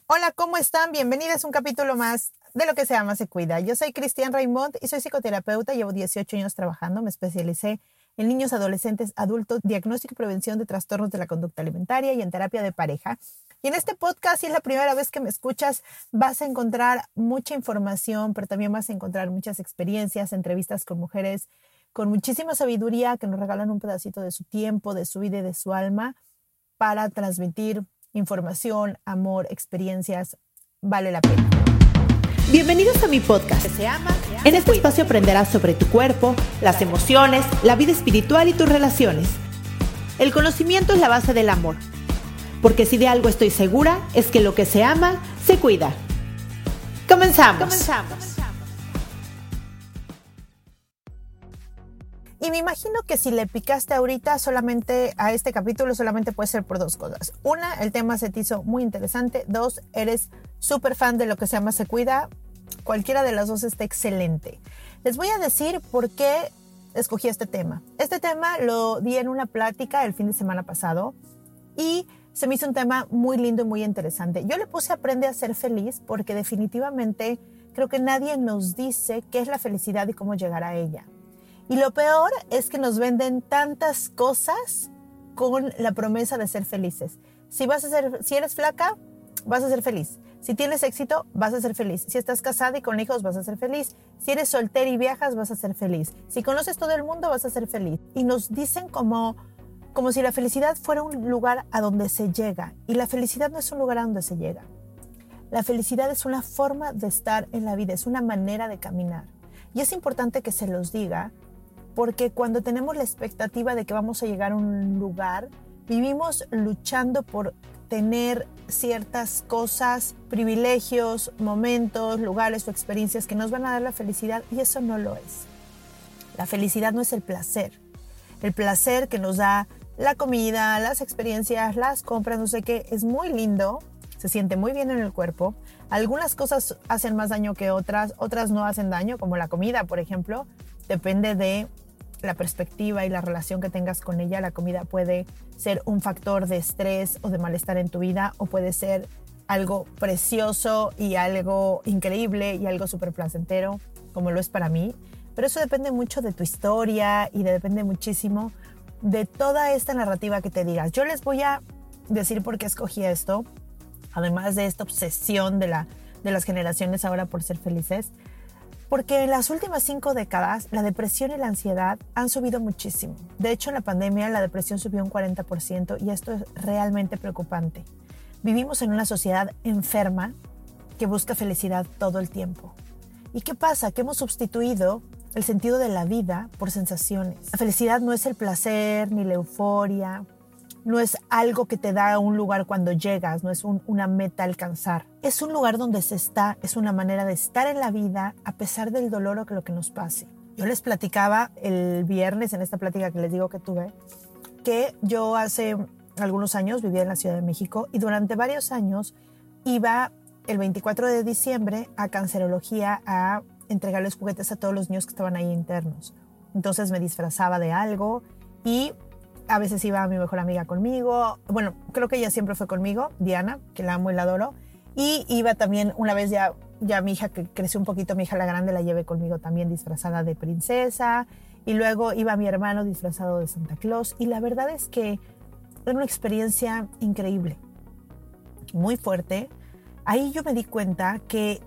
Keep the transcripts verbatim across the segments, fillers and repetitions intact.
Hola, ¿cómo están? Bienvenidos a un capítulo más de Lo que se ama se cuida. Yo soy Cristian Raimond y soy psicoterapeuta. Llevo dieciocho años trabajando. Me especialicé en niños, adolescentes, adultos, diagnóstico y prevención de trastornos de la conducta alimentaria y en terapia de pareja. Y en este podcast, si es la primera vez que me escuchas, vas a encontrar mucha información, pero también vas a encontrar muchas experiencias, entrevistas con mujeres con muchísima sabiduría que nos regalan un pedacito de su tiempo, de su vida y de su alma para transmitir información, amor, experiencias. Vale la pena. Bienvenidos a mi podcast. Se ama, se ama, en este espacio aprenderás sobre tu cuerpo, las emociones, la vida espiritual y tus relaciones. El conocimiento es la base del amor. Porque si de algo estoy segura, es que lo que se ama, se cuida. Comenzamos. Comenzamos. Y me imagino que si le picaste ahorita solamente a este capítulo, solamente puede ser por dos cosas. Una, el tema se te hizo muy interesante. Dos, eres súper fan de Lo que se ama se cuida. Cualquiera de las dos está excelente. Les voy a decir por qué escogí este tema. Este tema lo di en una plática el fin de semana pasado y se me hizo un tema muy lindo y muy interesante. Yo le puse Aprende a ser feliz porque definitivamente creo que nadie nos dice qué es la felicidad y cómo llegar a ella. Y lo peor es que nos venden tantas cosas con la promesa de ser felices. Si vas a ser, si eres flaca, vas a ser feliz. Si tienes éxito, vas a ser feliz. Si estás casada y con hijos, vas a ser feliz. Si eres soltera y viajas, vas a ser feliz. Si conoces todo el mundo, vas a ser feliz. Y nos dicen como, como si la felicidad fuera un lugar a donde se llega. Y la felicidad no es un lugar a donde se llega. La felicidad es una forma de estar en la vida, es una manera de caminar. Y es importante que se los diga, porque cuando tenemos la expectativa de que vamos a llegar a un lugar, vivimos luchando por tener ciertas cosas, privilegios, momentos, lugares o experiencias que nos van a dar la felicidad, y eso no lo es. La felicidad no es el placer. El placer que nos da la comida, las experiencias, las compras, no sé qué, es muy lindo, se siente muy bien en el cuerpo. Algunas cosas hacen más daño que otras, otras no hacen daño, como la comida, por ejemplo. Depende de la perspectiva y la relación que tengas con ella. La comida puede ser un factor de estrés o de malestar en tu vida, o puede ser algo precioso y algo increíble y algo súper placentero, como lo es para mí. Pero eso depende mucho de tu historia y de, depende muchísimo de toda esta narrativa que te digas. Yo les voy a decir por qué escogí esto, además de esta obsesión de, la, de las generaciones ahora por ser felices. Porque en las últimas cinco décadas la depresión y la ansiedad han subido muchísimo. De hecho, en la pandemia la depresión subió un cuarenta por ciento y esto es realmente preocupante. Vivimos en una sociedad enferma que busca felicidad todo el tiempo. ¿Y qué pasa? Que hemos sustituido el sentido de la vida por sensaciones. La felicidad no es el placer ni la euforia. No es algo que te da un lugar cuando llegas, no es un, una meta a alcanzar. Es un lugar donde se está, es una manera de estar en la vida a pesar del dolor o que lo que nos pase. Yo les platicaba el viernes, en esta plática que les digo que tuve, que yo hace algunos años vivía en la Ciudad de México y durante varios años iba el veinticuatro de diciembre a Cancerología a entregarles juguetes a todos los niños que estaban ahí internos. Entonces me disfrazaba de algo y a veces iba mi mejor amiga conmigo. Bueno, creo que ella siempre fue conmigo, Diana, que la amo y la adoro. Y iba también, una vez ya, ya mi hija, que creció un poquito, mi hija la grande, la llevé conmigo también disfrazada de princesa. Y luego iba mi hermano disfrazado de Santa Claus. Y la verdad es que era una experiencia increíble, muy fuerte. Ahí yo me di cuenta que,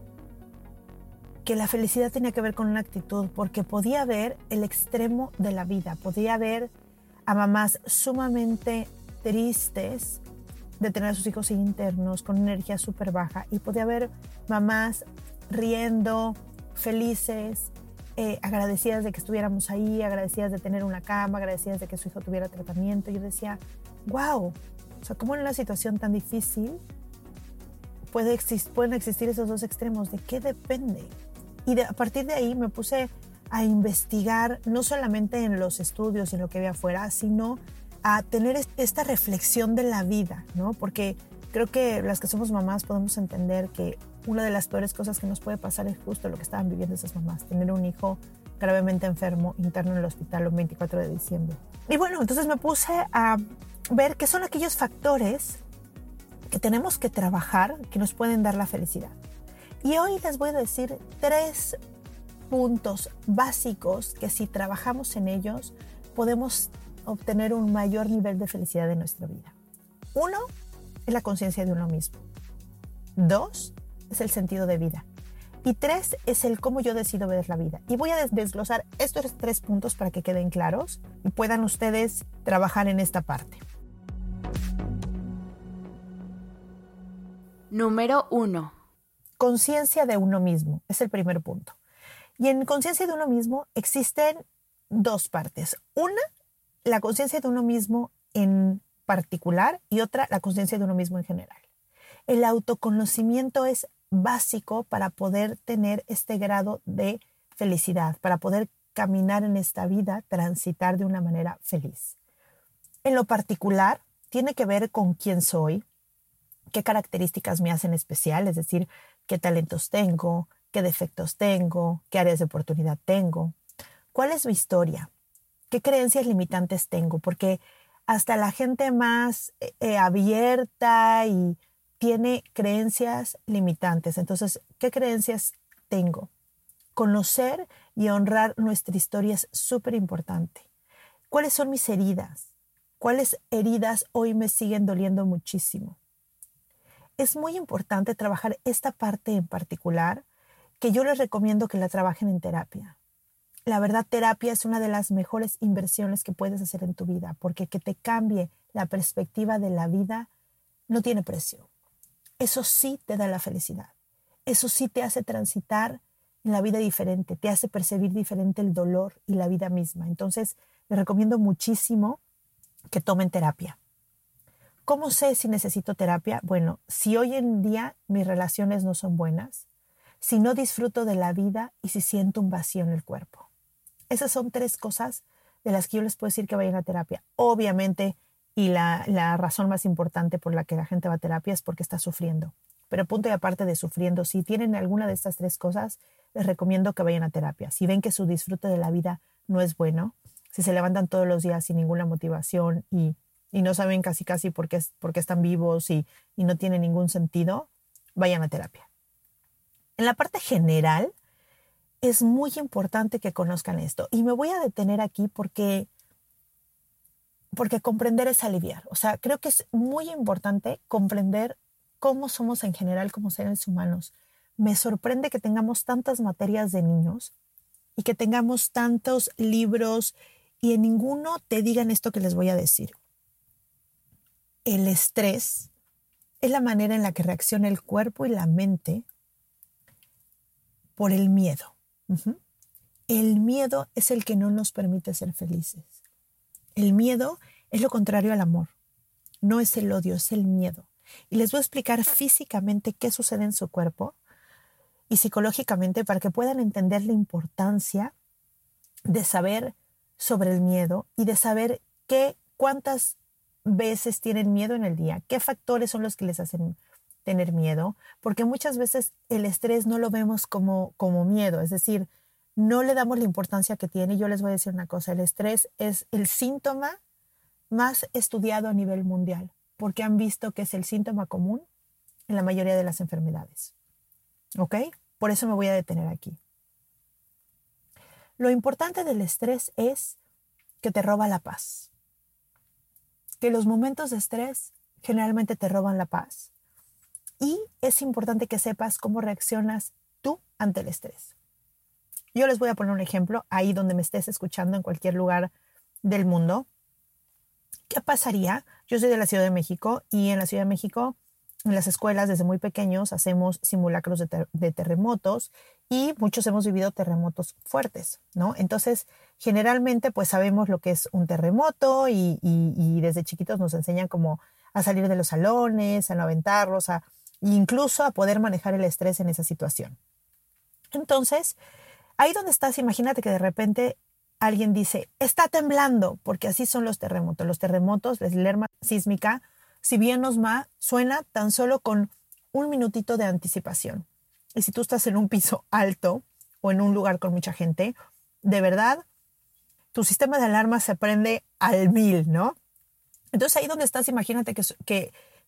que la felicidad tenía que ver con una actitud, porque podía ver el extremo de la vida, podía ver a mamás sumamente tristes de tener a sus hijos internos con energía súper baja, y podía haber mamás riendo, felices, eh, agradecidas de que estuviéramos ahí, agradecidas de tener una cama, agradecidas de que su hijo tuviera tratamiento. Yo decía, wow, o sea, ¿cómo en una situación tan difícil puede exist- pueden existir esos dos extremos? ¿De qué depende? Y de, a partir de ahí me puse a investigar, no solamente en los estudios y en lo que había afuera, sino a tener esta reflexión de la vida, ¿no? Porque creo que las que somos mamás podemos entender que una de las peores cosas que nos puede pasar es justo lo que estaban viviendo esas mamás, tener un hijo gravemente enfermo, interno en el hospital el veinticuatro de diciembre. Y bueno, entonces me puse a ver qué son aquellos factores que tenemos que trabajar, que nos pueden dar la felicidad. Y hoy les voy a decir tres puntos básicos que si trabajamos en ellos podemos obtener un mayor nivel de felicidad en nuestra vida. Uno es la conciencia de uno mismo. Dos es el sentido de vida. Y tres es el cómo yo decido ver la vida. Y voy a desglosar estos tres puntos para que queden claros y puedan ustedes trabajar en esta parte. Número uno. Conciencia de uno mismo. Es el primer punto. Y en conciencia de uno mismo existen dos partes. Una, la conciencia de uno mismo en particular y otra, la conciencia de uno mismo en general. El autoconocimiento es básico para poder tener este grado de felicidad, para poder caminar en esta vida, transitar de una manera feliz. En lo particular, tiene que ver con quién soy, qué características me hacen especial, es decir, qué talentos tengo, qué defectos tengo, qué áreas de oportunidad tengo, cuál es mi historia, qué creencias limitantes tengo, porque hasta la gente más eh, abierta y tiene creencias limitantes. Entonces, ¿qué creencias tengo? Conocer y honrar nuestra historia es súper importante. ¿Cuáles son mis heridas? ¿Cuáles heridas hoy me siguen doliendo muchísimo? Es muy importante trabajar esta parte en particular, que yo les recomiendo que la trabajen en terapia. La verdad, terapia es una de las mejores inversiones que puedes hacer en tu vida, porque que te cambie la perspectiva de la vida no tiene precio. Eso sí te da la felicidad. Eso sí te hace transitar en la vida diferente, te hace percibir diferente el dolor y la vida misma. Entonces, les recomiendo muchísimo que tomen terapia. ¿Cómo sé si necesito terapia? Bueno, si hoy en día mis relaciones no son buenas, si no disfruto de la vida y si siento un vacío en el cuerpo. Esas son tres cosas de las que yo les puedo decir que vayan a terapia. Obviamente, y la, la razón más importante por la que la gente va a terapia es porque está sufriendo. Pero punto y aparte de sufriendo, si tienen alguna de estas tres cosas, les recomiendo que vayan a terapia. Si ven que su disfrute de la vida no es bueno, si se levantan todos los días sin ninguna motivación y, y no saben casi casi por qué, por qué están vivos y, y no tiene ningún sentido, vayan a terapia. En la parte general, es muy importante que conozcan esto. Y me voy a detener aquí porque, porque comprender es aliviar. O sea, creo que es muy importante comprender cómo somos en general como seres humanos. Me sorprende que tengamos tantas materias de niños y que tengamos tantos libros y en ninguno te digan esto que les voy a decir. El estrés es la manera en la que reacciona el cuerpo y la mente por el miedo. Uh-huh. El miedo es el que no nos permite ser felices. El miedo es lo contrario al amor. No es el odio, es el miedo. Y les voy a explicar físicamente qué sucede en su cuerpo y psicológicamente para que puedan entender la importancia de saber sobre el miedo y de saber qué, cuántas veces tienen miedo en el día, qué factores son los que les hacen tener miedo, porque muchas veces el estrés no lo vemos como, como miedo, es decir, no le damos la importancia que tiene. Yo les voy a decir una cosa, el estrés es el síntoma más estudiado a nivel mundial, porque han visto que es el síntoma común en la mayoría de las enfermedades. ¿Ok? Por eso me voy a detener aquí. Lo importante del estrés es que te roba la paz. Que los momentos de estrés generalmente te roban la paz. Y es importante que sepas cómo reaccionas tú ante el estrés. Yo les voy a poner un ejemplo ahí donde me estés escuchando en cualquier lugar del mundo. ¿Qué pasaría? Yo soy de la Ciudad de México y en la Ciudad de México, en las escuelas desde muy pequeños hacemos simulacros de, ter- de terremotos y muchos hemos vivido terremotos fuertes, ¿no? Entonces, generalmente pues sabemos lo que es un terremoto y, y, y desde chiquitos nos enseñan como a salir de los salones, a no aventarlos, a incluso a poder manejar el estrés en esa situación. Entonces, ahí donde estás, imagínate que de repente alguien dice, está temblando, porque así son los terremotos. Los terremotos, la alerta sísmica, si bien nos ma, suena tan solo con un minutito de anticipación. Y si tú estás en un piso alto o en un lugar con mucha gente, de verdad, tu sistema de alarma se prende al mil, ¿no? Entonces ahí donde estás, imagínate que, que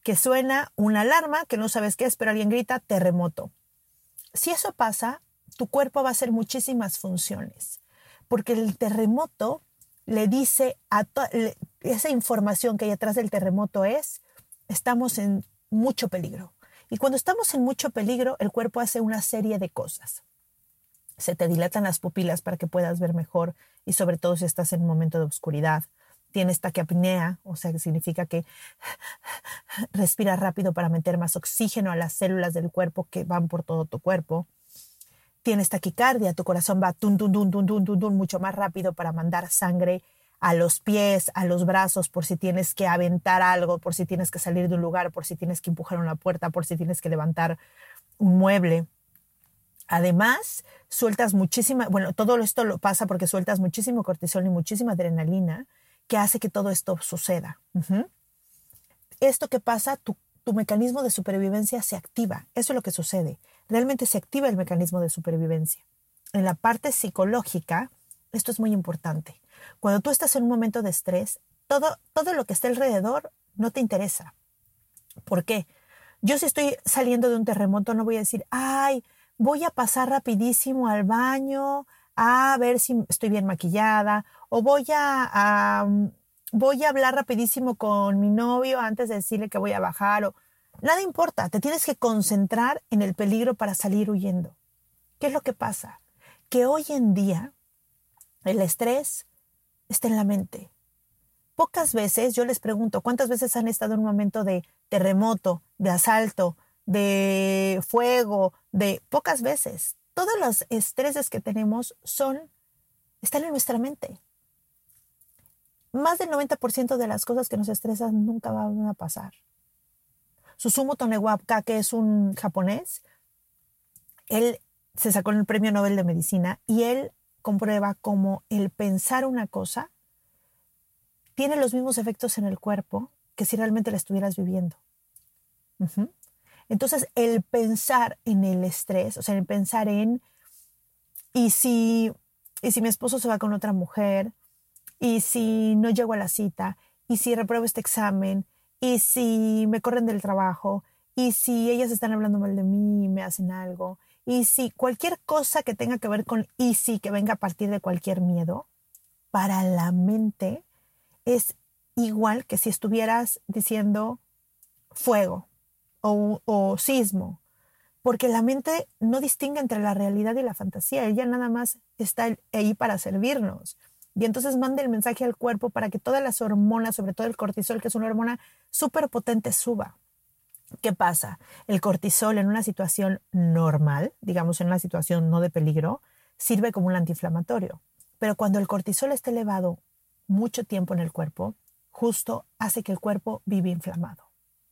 que suena una alarma, que no sabes qué es, pero alguien grita terremoto. Si eso pasa, tu cuerpo va a hacer muchísimas funciones, porque el terremoto le dice a to- le, esa información que hay atrás del terremoto es, estamos en mucho peligro. Y cuando estamos en mucho peligro, el cuerpo hace una serie de cosas. Se te dilatan las pupilas para que puedas ver mejor y sobre todo si estás en un momento de oscuridad. Tienes taquiapnea, o sea, que significa que respiras rápido para meter más oxígeno a las células del cuerpo que van por todo tu cuerpo. Tienes taquicardia, tu corazón va tun, tun, tun, tun, tun, tun, tun, mucho más rápido para mandar sangre a los pies, a los brazos, por si tienes que aventar algo, por si tienes que salir de un lugar, por si tienes que empujar una puerta, por si tienes que levantar un mueble. Además, sueltas muchísima, bueno, todo esto lo pasa porque sueltas muchísimo cortisol y muchísima adrenalina que hace que todo esto suceda. Uh-huh. Esto que pasa, tu, tu mecanismo de supervivencia se activa. Eso es lo que sucede. Realmente se activa el mecanismo de supervivencia. En la parte psicológica, esto es muy importante. Cuando tú estás en un momento de estrés, todo, todo lo que está alrededor no te interesa. ¿Por qué? Yo si estoy saliendo de un terremoto no voy a decir, ay, voy a pasar rapidísimo al baño a ver si estoy bien maquillada o voy a, a, voy a hablar rapidísimo con mi novio antes de decirle que voy a bajar. O, nada importa, te tienes que concentrar en el peligro para salir huyendo. ¿Qué es lo que pasa? Que hoy en día el estrés está en la mente. Pocas veces, yo les pregunto, ¿cuántas veces han estado en un momento de terremoto, de asalto, de fuego, de pocas veces? Todos los estreses que tenemos son, están en nuestra mente. Más del noventa por ciento de las cosas que nos estresan nunca van a pasar. Susumu Tonewabka, que es un japonés, él se sacó el premio Nobel de Medicina y él comprueba cómo el pensar una cosa tiene los mismos efectos en el cuerpo que si realmente la estuvieras viviendo. Uh-huh. Entonces, el pensar en el estrés, o sea, el pensar en, ¿y si, y si mi esposo se va con otra mujer? ¿Y si no llego a la cita? ¿Y si repruebo este examen? ¿Y si me corren del trabajo? ¿Y si ellas están hablando mal de mí y me hacen algo? ¿Y si cualquier cosa que tenga que ver con y si que venga a partir de cualquier miedo, para la mente es igual que si estuvieras diciendo fuego o, o sismo, porque la mente no distingue entre la realidad y la fantasía, ella nada más está ahí para servirnos. Y entonces manda el mensaje al cuerpo para que todas las hormonas, sobre todo el cortisol, que es una hormona súper potente, suba. ¿Qué pasa? El cortisol en una situación normal, digamos en una situación no de peligro, sirve como un antiinflamatorio. Pero cuando el cortisol está elevado mucho tiempo en el cuerpo, justo hace que el cuerpo vive inflamado.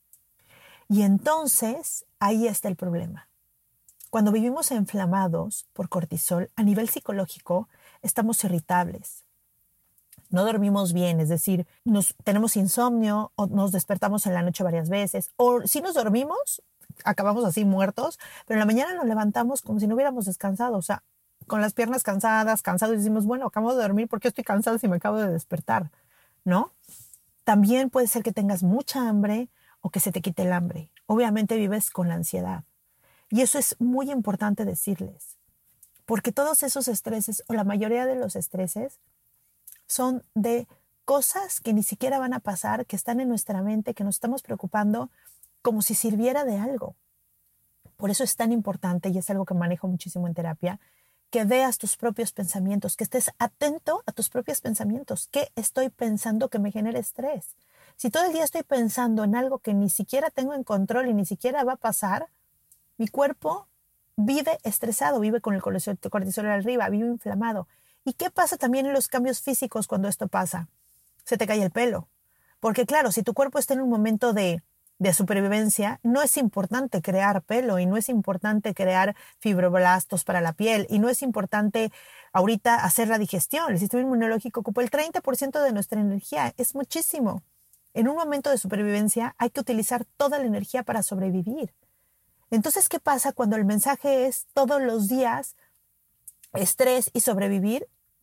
Y entonces ahí está el problema. Cuando vivimos inflamados por cortisol, a nivel psicológico, estamos irritables. No dormimos bien, es decir, nos, tenemos insomnio o nos despertamos en la noche varias veces. O si nos dormimos, acabamos así muertos, pero en la mañana nos levantamos como si no hubiéramos descansado. O sea, con las piernas cansadas, cansados, y decimos, bueno, acabo de dormir, ¿por qué estoy cansada si me acabo de despertar? ¿No? También puede ser que tengas mucha hambre o que se te quite el hambre. Obviamente vives con la ansiedad. Y eso es muy importante decirles, porque todos esos estreses, o la mayoría de los estreses, son de cosas que ni siquiera van a pasar, que están en nuestra mente, que nos estamos preocupando como si sirviera de algo. Por eso es tan importante, y es algo que manejo muchísimo en terapia, que veas tus propios pensamientos, que estés atento a tus propios pensamientos. ¿Qué estoy pensando que me genera estrés? Si todo el día estoy pensando en algo que ni siquiera tengo en control y ni siquiera va a pasar, mi cuerpo vive estresado, vive con el cortisol arriba, vive inflamado. ¿Y qué pasa también en los cambios físicos cuando esto pasa? Se te cae el pelo. Porque claro, si tu cuerpo está en un momento de, de supervivencia, no es importante crear pelo y no es importante crear fibroblastos para la piel y no es importante ahorita hacer la digestión. El sistema inmunológico ocupa el treinta por ciento de nuestra energía. Es muchísimo. En un momento de supervivencia hay que utilizar toda la energía para sobrevivir. Entonces, ¿qué pasa cuando el mensaje es todos los días estrés y sobrevivir?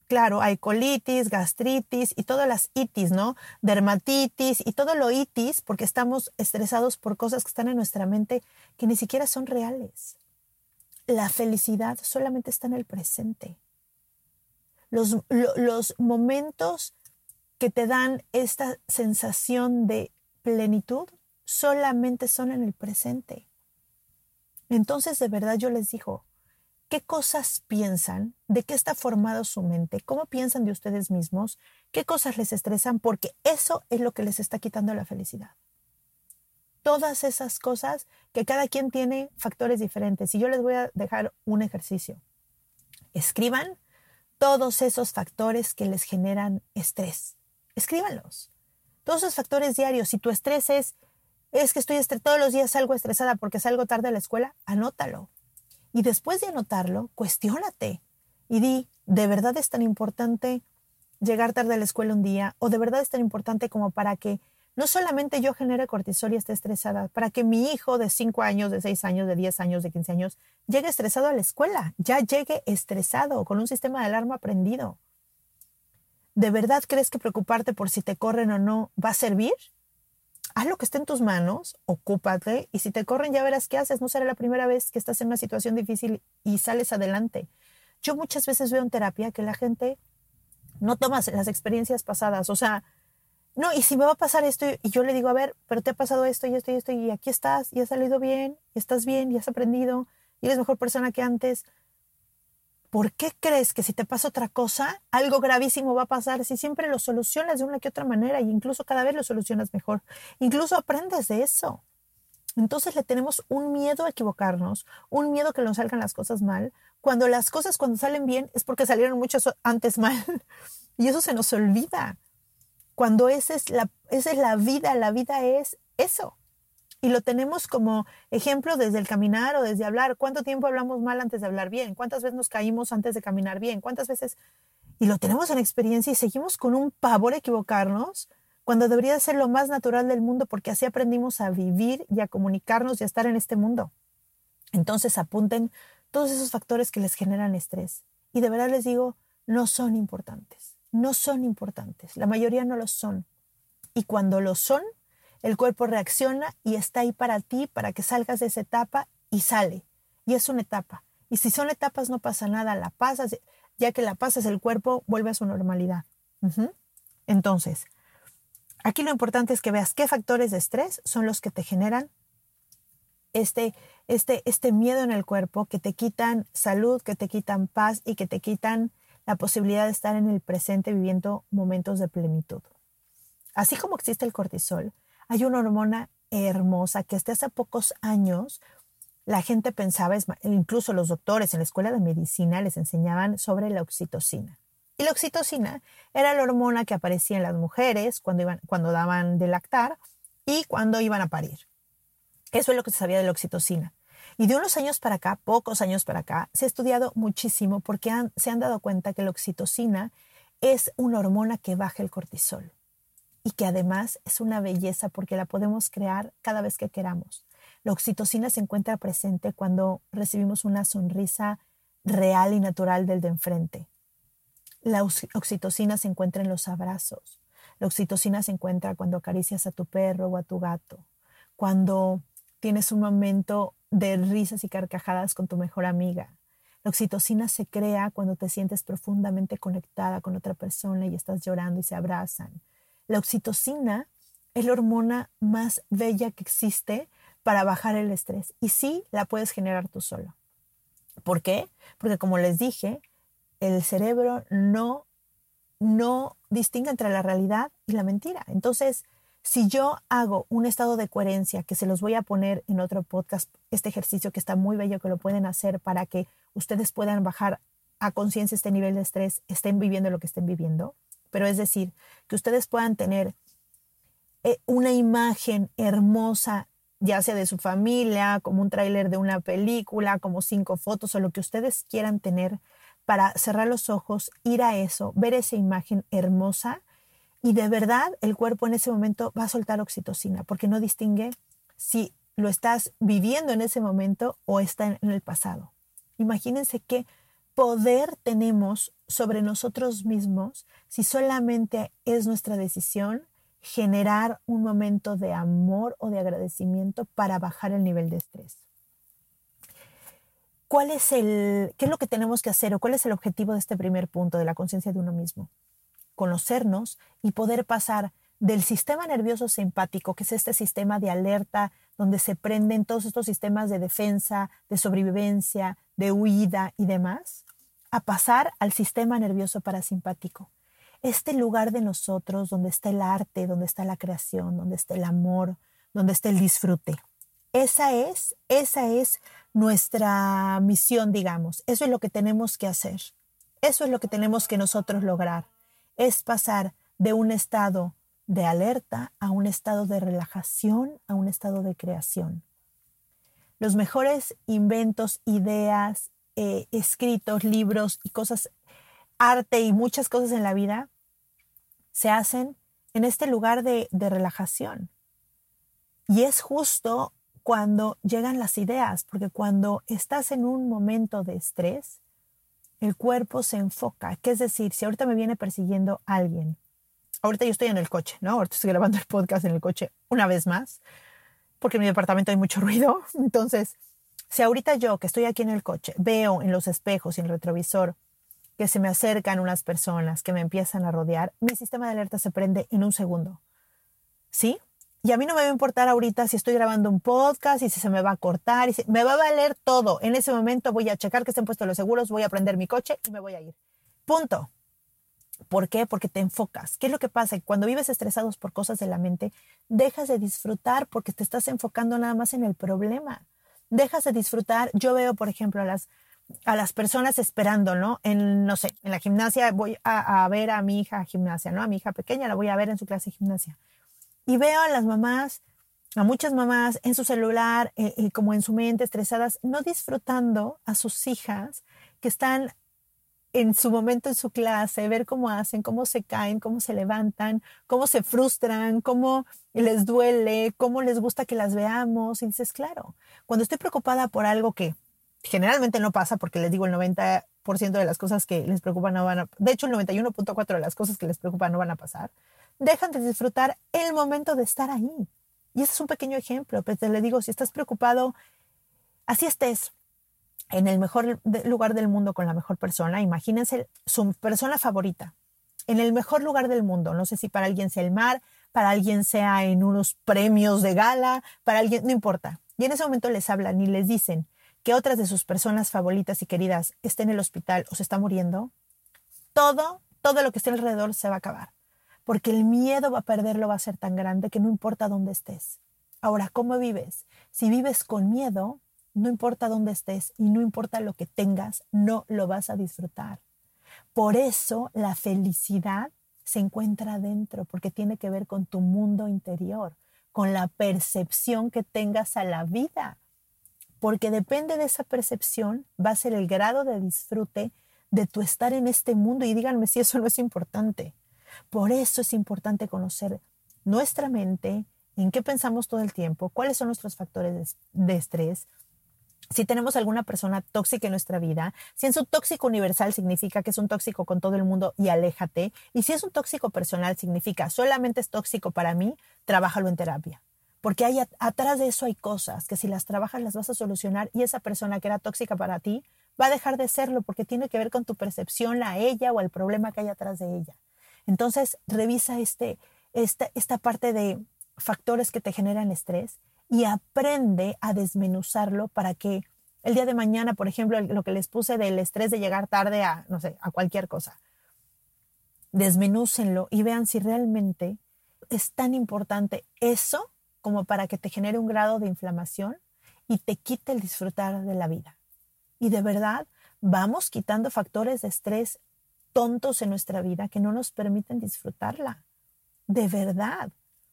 claro, hay colitis, gastritis y todas las itis, ¿no? Dermatitis y todo lo itis porque estamos estresados por cosas que están en nuestra mente que ni siquiera son reales. La felicidad solamente está en el presente. Los, lo, los momentos que te dan esta sensación de plenitud solamente son en el presente. Entonces, de verdad yo les digo, ¿qué cosas piensan? ¿De qué está formado su mente? ¿Cómo piensan de ustedes mismos? ¿Qué cosas les estresan? Porque eso es lo que les está quitando la felicidad. Todas esas cosas que cada quien tiene factores diferentes. Y yo les voy a dejar un ejercicio. Escriban todos esos factores que les generan estrés. Escríbanlos. Todos esos factores diarios. Si tu estrés es, es que estoy estres- todos los días salgo estresada porque salgo tarde a la escuela, anótalo. Y después de anotarlo, cuestiónate y di, ¿de verdad es tan importante llegar tarde a la escuela un día? ¿O de verdad es tan importante como para que no solamente yo genere cortisol y esté estresada, para que mi hijo de cinco años, de seis años, de diez años, de quince años, llegue estresado a la escuela, ya llegue estresado, con un sistema de alarma prendido? ¿De verdad crees que preocuparte por si te corren o no va a servir? Haz lo que esté en tus manos, ocúpate, y si te corren ya verás qué haces. No será la primera vez que estás en una situación difícil y sales adelante. Yo muchas veces veo en terapia que la gente no toma las experiencias pasadas, o sea, no, y si me va a pasar esto, y yo le digo, a ver, pero te ha pasado esto y esto y esto, y aquí estás, y has salido bien, y estás bien, y has aprendido, y eres mejor persona que antes. ¿Por qué crees que si te pasa otra cosa, algo gravísimo va a pasar si siempre lo solucionas de una que otra manera, y incluso cada vez lo solucionas mejor? Incluso aprendes de eso. Entonces le tenemos un miedo a equivocarnos, un miedo que nos salgan las cosas mal, cuando las cosas cuando salen bien es porque salieron muchas antes mal, y eso se nos olvida. Cuando esa es, la, esa es la vida, la vida es eso. Y lo tenemos como ejemplo desde el caminar o desde hablar. ¿Cuánto tiempo hablamos mal antes de hablar bien? ¿Cuántas veces nos caímos antes de caminar bien? ¿Cuántas veces? Y lo tenemos en experiencia y seguimos con un pavor a equivocarnos cuando debería ser lo más natural del mundo, porque así aprendimos a vivir y a comunicarnos y a estar en este mundo. Entonces apunten todos esos factores que les generan estrés. Y de verdad les digo, no son importantes. No son importantes. La mayoría no lo son. Y cuando lo son, el cuerpo reacciona y está ahí para ti, para que salgas de esa etapa, y sale. Y es una etapa. Y si son etapas no pasa nada, la pasas, ya que la pasas el cuerpo vuelve a su normalidad. Uh-huh. Entonces, aquí lo importante es que veas qué factores de estrés son los que te generan este, este, este miedo en el cuerpo, que te quitan salud, que te quitan paz y que te quitan la posibilidad de estar en el presente viviendo momentos de plenitud. Así como existe el cortisol, hay una hormona hermosa que hasta hace pocos años la gente pensaba, incluso los doctores en la escuela de medicina les enseñaban sobre la oxitocina. Y la oxitocina era la hormona que aparecía en las mujeres cuando, iban, cuando daban de lactar y cuando iban a parir. Eso es lo que se sabía de la oxitocina. Y de unos años para acá, pocos años para acá, se ha estudiado muchísimo porque han, se han dado cuenta que la oxitocina es una hormona que baja el cortisol y que además es una belleza porque la podemos crear cada vez que queramos. La oxitocina se encuentra presente cuando recibimos una sonrisa real y natural del de enfrente. La oxitocina se encuentra en los abrazos. La oxitocina se encuentra cuando acaricias a tu perro o a tu gato, cuando tienes un momento de risas y carcajadas con tu mejor amiga. La oxitocina se crea cuando te sientes profundamente conectada con otra persona y estás llorando y se abrazan. La oxitocina es la hormona más bella que existe para bajar el estrés. Y sí, la puedes generar tú solo. ¿Por qué? Porque como les dije, el cerebro no, no distingue entre la realidad y la mentira. Entonces, si yo hago un estado de coherencia, que se los voy a poner en otro podcast, este ejercicio que está muy bello, que lo pueden hacer para que ustedes puedan bajar a conciencia este nivel de estrés, estén viviendo lo que estén viviendo. Pero es decir, que ustedes puedan tener eh, una imagen hermosa, ya sea de su familia, como un tráiler de una película, como cinco fotos o lo que ustedes quieran tener, para cerrar los ojos, ir a eso, ver esa imagen hermosa. Y de verdad el cuerpo en ese momento va a soltar oxitocina porque no distingue si lo estás viviendo en ese momento o está en el pasado. Imagínense qué poder tenemos sobre nosotros mismos si solamente es nuestra decisión generar un momento de amor o de agradecimiento para bajar el nivel de estrés. ¿Cuál es el, qué es lo que tenemos que hacer o cuál es el objetivo de este primer punto de la conciencia de uno mismo? Conocernos y poder pasar del sistema nervioso simpático, que es este sistema de alerta donde se prenden todos estos sistemas de defensa, de sobrevivencia, de huida y demás, a pasar al sistema nervioso parasimpático. Este lugar de nosotros donde está el arte, donde está la creación, donde está el amor, donde está el disfrute. Esa es, esa es nuestra misión, digamos. Eso es lo que tenemos que hacer. Eso es lo que tenemos que nosotros lograr. Es pasar de un estado de alerta a un estado de relajación, a un estado de creación. Los mejores inventos, ideas, eh, escritos, libros y cosas, arte y muchas cosas en la vida se hacen en este lugar de, de relajación. Y es justo cuando llegan las ideas, porque cuando estás en un momento de estrés, el cuerpo se enfoca. ¿Qué es decir? Si ahorita me viene persiguiendo alguien, ahorita yo estoy en el coche, ¿no? Ahorita estoy grabando el podcast en el coche una vez más, porque en mi departamento hay mucho ruido. Entonces, si ahorita yo, que estoy aquí en el coche, veo en los espejos y en el retrovisor que se me acercan unas personas que me empiezan a rodear, mi sistema de alerta se prende en un segundo. ¿Sí? Y a mí no me va a importar ahorita si estoy grabando un podcast y si se me va a cortar. Y si, me va a valer todo. En ese momento voy a checar que estén puestos los seguros, voy a prender mi coche y me voy a ir. Punto. ¿Por qué? Porque te enfocas. ¿Qué es lo que pasa? Cuando vives estresados por cosas de la mente, dejas de disfrutar porque te estás enfocando nada más en el problema. Dejas de disfrutar. Yo veo, por ejemplo, a las, a las personas esperando, ¿no? En, no sé, en la gimnasia voy a, a ver a mi hija gimnasia, ¿no? A mi hija pequeña la voy a ver en su clase de gimnasia. Y veo a las mamás, a muchas mamás en su celular, eh, eh, como en su mente, estresadas, no disfrutando a sus hijas que están en su momento en su clase, ver cómo hacen, cómo se caen, cómo se levantan, cómo se frustran, cómo les duele, cómo les gusta que las veamos. Y dices, claro, cuando estoy preocupada por algo que generalmente no pasa, porque les digo el noventa por ciento de las cosas que les preocupan no van a, de hecho el noventa y uno punto cuatro por ciento de las cosas que les preocupan no van a pasar, dejan de disfrutar el momento de estar ahí. Y ese es un pequeño ejemplo, pero te le digo, si estás preocupado, así estés en el mejor lugar del mundo con la mejor persona, imagínense su persona favorita, en el mejor lugar del mundo, no sé si para alguien sea el mar, para alguien sea en unos premios de gala, para alguien, no importa. Y en ese momento les hablan y les dicen que otras de sus personas favoritas y queridas estén en el hospital o se está muriendo, todo, todo lo que esté alrededor se va a acabar. Porque el miedo a perderlo va a ser tan grande que no importa dónde estés. Ahora, ¿cómo vives? Si vives con miedo, no importa dónde estés y no importa lo que tengas, no lo vas a disfrutar. Por eso la felicidad se encuentra adentro, porque tiene que ver con tu mundo interior, con la percepción que tengas a la vida. Porque depende de esa percepción, va a ser el grado de disfrute de tu estar en este mundo. Y díganme si eso no es importante. Por eso es importante conocer nuestra mente, en qué pensamos todo el tiempo, cuáles son nuestros factores de estrés, si tenemos alguna persona tóxica en nuestra vida, si es un tóxico universal significa que es un tóxico con todo el mundo y aléjate, y si es un tóxico personal significa solamente es tóxico para mí, trabájalo en terapia. Porque hay, atrás de eso hay cosas que si las trabajas las vas a solucionar y esa persona que era tóxica para ti va a dejar de serlo porque tiene que ver con tu percepción a ella o al problema que hay atrás de ella. Entonces, revisa este, esta, esta parte de factores que te generan estrés y aprende a desmenuzarlo para que el día de mañana, por ejemplo, lo que les puse del estrés de llegar tarde a, no sé, a cualquier cosa, desmenúcenlo y vean si realmente es tan importante eso como para que te genere un grado de inflamación y te quite el disfrutar de la vida. Y de verdad, vamos quitando factores de estrés tontos en nuestra vida que no nos permiten disfrutarla. De verdad.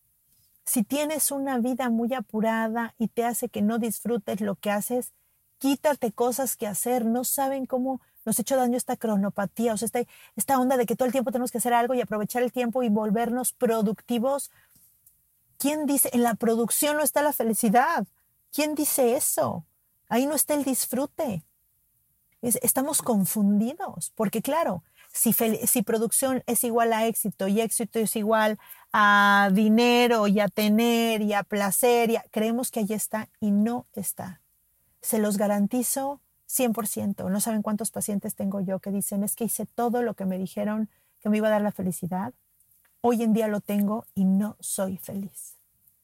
Si tienes una vida muy apurada y te hace que no disfrutes lo que haces, quítate cosas que hacer. No saben cómo nos ha hecho daño esta cronopatía, o sea, esta, esta onda de que todo el tiempo tenemos que hacer algo y aprovechar el tiempo y volvernos productivos. ¿Quién dice? En la producción no está la felicidad. ¿Quién dice eso? Ahí no está el disfrute. Es- estamos confundidos, porque claro, si, fel- si producción es igual a éxito y éxito es igual a dinero y a tener y a placer, y a- creemos que allí está y no está. Se los garantizo cien por ciento. No saben cuántos pacientes tengo yo que dicen, es que hice todo lo que me dijeron que me iba a dar la felicidad. Hoy en día lo tengo y no soy feliz.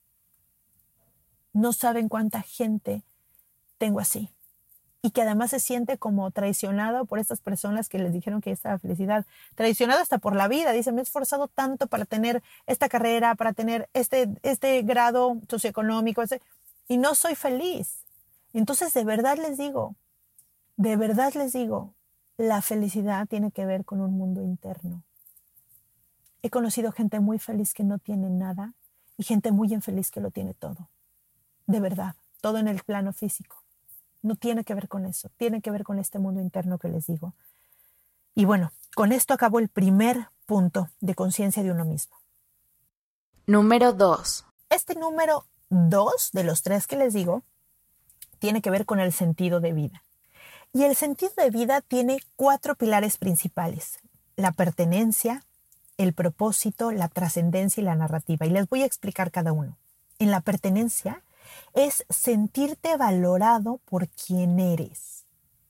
No saben cuánta gente tengo así. Y que además se siente como traicionado por estas personas que les dijeron que estaba felicidad. Traicionado hasta por la vida. Dice, me he esforzado tanto para tener esta carrera, para tener este, este grado socioeconómico, ese, y no soy feliz. Entonces, de verdad les digo, de verdad les digo, la felicidad tiene que ver con un mundo interno. He conocido gente muy feliz que no tiene nada y gente muy infeliz que lo tiene todo. De verdad, todo en el plano físico. No tiene que ver con eso, tiene que ver con este mundo interno que les digo. Y bueno, con esto acabó el primer punto de conciencia de uno mismo. Número dos. Este número dos de los tres que les digo tiene que ver con el sentido de vida. Y el sentido de vida tiene cuatro pilares principales: la pertenencia, el propósito, la trascendencia y la narrativa. Y les voy a explicar cada uno. En la pertenencia es sentirte valorado por quien eres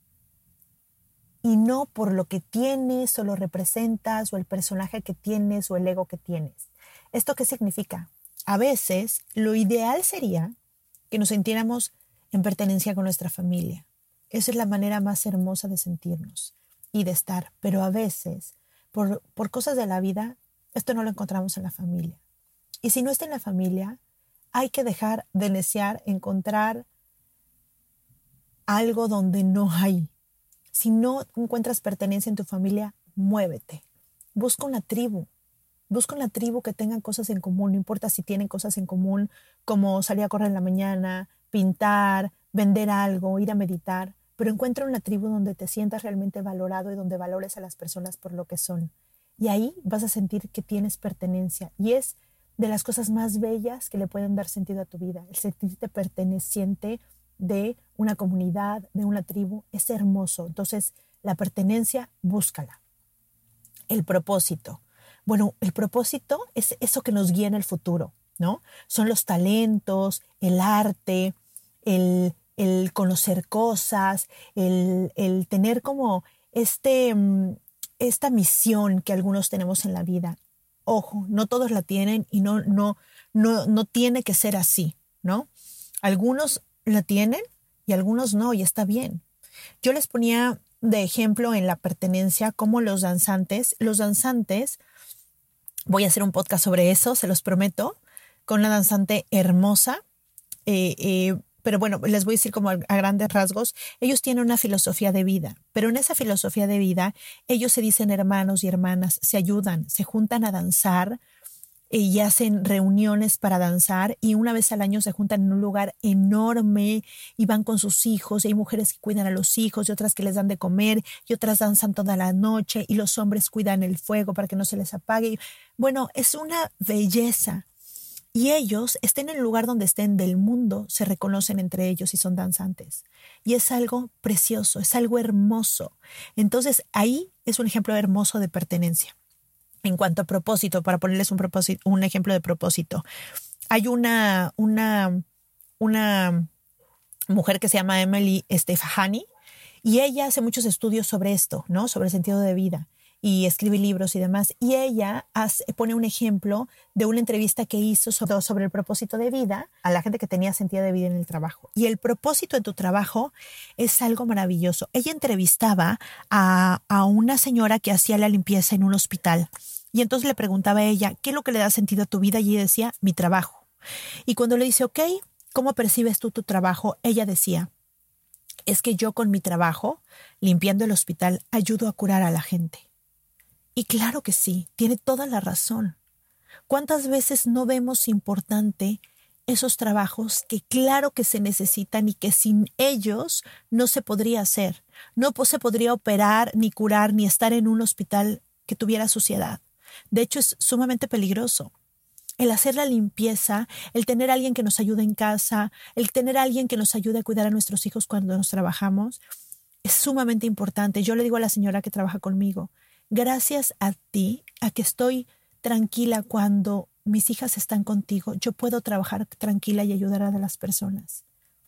y no por lo que tienes o lo representas o el personaje que tienes o el ego que tienes. ¿Esto qué significa? A veces lo ideal sería que nos sintiéramos en pertenencia con nuestra familia. Esa es la manera más hermosa de sentirnos y de estar, pero a veces por, por cosas de la vida esto no lo encontramos en la familia. Y si no está en la familia, hay que dejar de desear encontrar algo donde no hay. Si no encuentras pertenencia en tu familia, muévete. Busca una tribu. Busca una tribu que tengan cosas en común. No importa si tienen cosas en común como salir a correr en la mañana, pintar, vender algo, ir a meditar. Pero encuentra una tribu donde te sientas realmente valorado y donde valores a las personas por lo que son. Y ahí vas a sentir que tienes pertenencia. Y es de las cosas más bellas que le pueden dar sentido a tu vida. El sentirte perteneciente de una comunidad, de una tribu, es hermoso. Entonces, la pertenencia, búscala. El propósito. Bueno, el propósito es eso que nos guía en el futuro, ¿no? Son los talentos, el arte, el, el conocer cosas, el, el tener como este, esta misión que algunos tenemos en la vida. Ojo, no todos la tienen y no, no, no, no tiene que ser así, ¿no? Algunos la tienen y algunos no, y está bien. Yo les ponía de ejemplo en la pertenencia como los danzantes. Los danzantes, voy a hacer un podcast sobre eso, se los prometo, con una danzante hermosa, eh, eh, pero bueno, les voy a decir como a, a grandes rasgos. Ellos tienen una filosofía de vida, pero en esa filosofía de vida ellos se dicen hermanos y hermanas, se ayudan, se juntan a danzar eh, y hacen reuniones para danzar, y una vez al año se juntan en un lugar enorme y van con sus hijos, y hay mujeres que cuidan a los hijos y otras que les dan de comer y otras danzan toda la noche, y los hombres cuidan el fuego para que no se les apague. Bueno, es una belleza. Y ellos, estén en el lugar donde estén del mundo, se reconocen entre ellos y son danzantes. Y es algo precioso, es algo hermoso. Entonces, ahí es un ejemplo hermoso de pertenencia. En cuanto a propósito, para ponerles un, propósito, un ejemplo de propósito, hay una, una, una mujer que se llama Emily Stefani, y ella hace muchos estudios sobre esto, ¿no? Sobre el sentido de vida. Y escribe libros y demás. Y ella hace, pone un ejemplo de una entrevista que hizo sobre, sobre el propósito de vida a la gente que tenía sentido de vida en el trabajo. Y el propósito de tu trabajo es algo maravilloso. Ella entrevistaba a, a una señora que hacía la limpieza en un hospital. Y entonces le preguntaba a ella, ¿qué es lo que le da sentido a tu vida? Y ella decía, mi trabajo. Y cuando le dice, ok, ¿cómo percibes tú tu trabajo? Ella decía, es que yo con mi trabajo, limpiando el hospital, ayudo a curar a la gente. Y claro que sí, tiene toda la razón. ¿Cuántas veces no vemos importante esos trabajos que claro que se necesitan y que sin ellos no se podría hacer? No se podría operar, ni curar, ni estar en un hospital que tuviera suciedad. De hecho, es sumamente peligroso. El hacer la limpieza, el tener a alguien que nos ayude en casa, el tener a alguien que nos ayude a cuidar a nuestros hijos cuando nos trabajamos, es sumamente importante. Yo le digo a la señora que trabaja conmigo, gracias a ti, a que estoy tranquila cuando mis hijas están contigo, yo puedo trabajar tranquila y ayudar a las personas.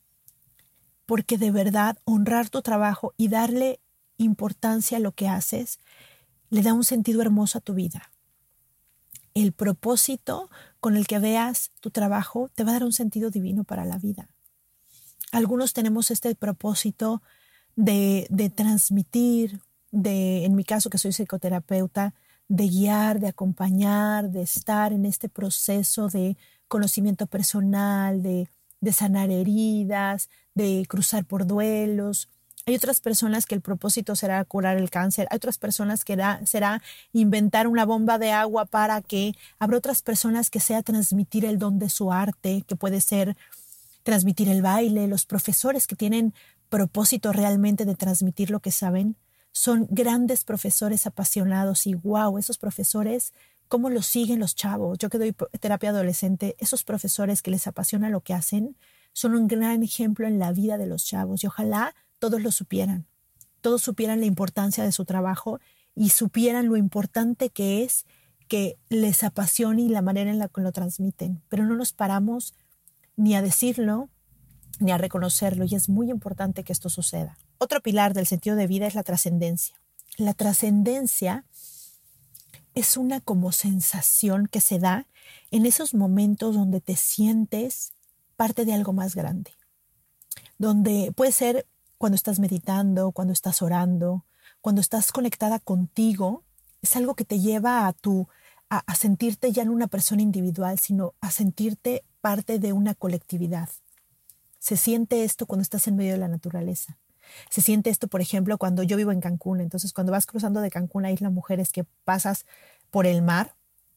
Porque de verdad, honrar tu trabajo y darle importancia a lo que haces, le da un sentido hermoso a tu vida. El propósito con el que veas tu trabajo te va a dar un sentido divino para la vida. Algunos tenemos este propósito de, de transmitir, de, en mi caso que soy psicoterapeuta, de guiar, de acompañar, de estar en este proceso de conocimiento personal, de, de sanar heridas, de cruzar por duelos. Hay otras personas que el propósito será curar el cáncer. Hay otras personas que era, será inventar una bomba de agua para que... Habrá otras personas que sea transmitir el don de su arte, que puede ser transmitir el baile. Los profesores que tienen propósito realmente de transmitir lo que saben son grandes profesores apasionados y wow, esos profesores, ¿cómo los siguen los chavos? Yo que doy terapia adolescente, esos profesores que les apasiona lo que hacen son un gran ejemplo en la vida de los chavos y ojalá todos lo supieran, todos supieran la importancia de su trabajo y supieran lo importante que es que les apasione y la manera en la que lo transmiten. Pero no nos paramos ni a decirlo ni a reconocerlo y es muy importante que esto suceda. Otro pilar del sentido de vida es la trascendencia. La trascendencia es una como sensación que se da en esos momentos donde te sientes parte de algo más grande, donde puede ser cuando estás meditando, cuando estás orando, cuando estás conectada contigo, es algo que te lleva a, tu, a, a sentirte ya no una persona individual, sino a sentirte parte de una colectividad. Se siente esto cuando estás en medio de la naturaleza. Se siente esto, por ejemplo, cuando yo vivo en Cancún. Entonces, cuando vas cruzando de Cancún a Isla Mujeres, que pasas por el mar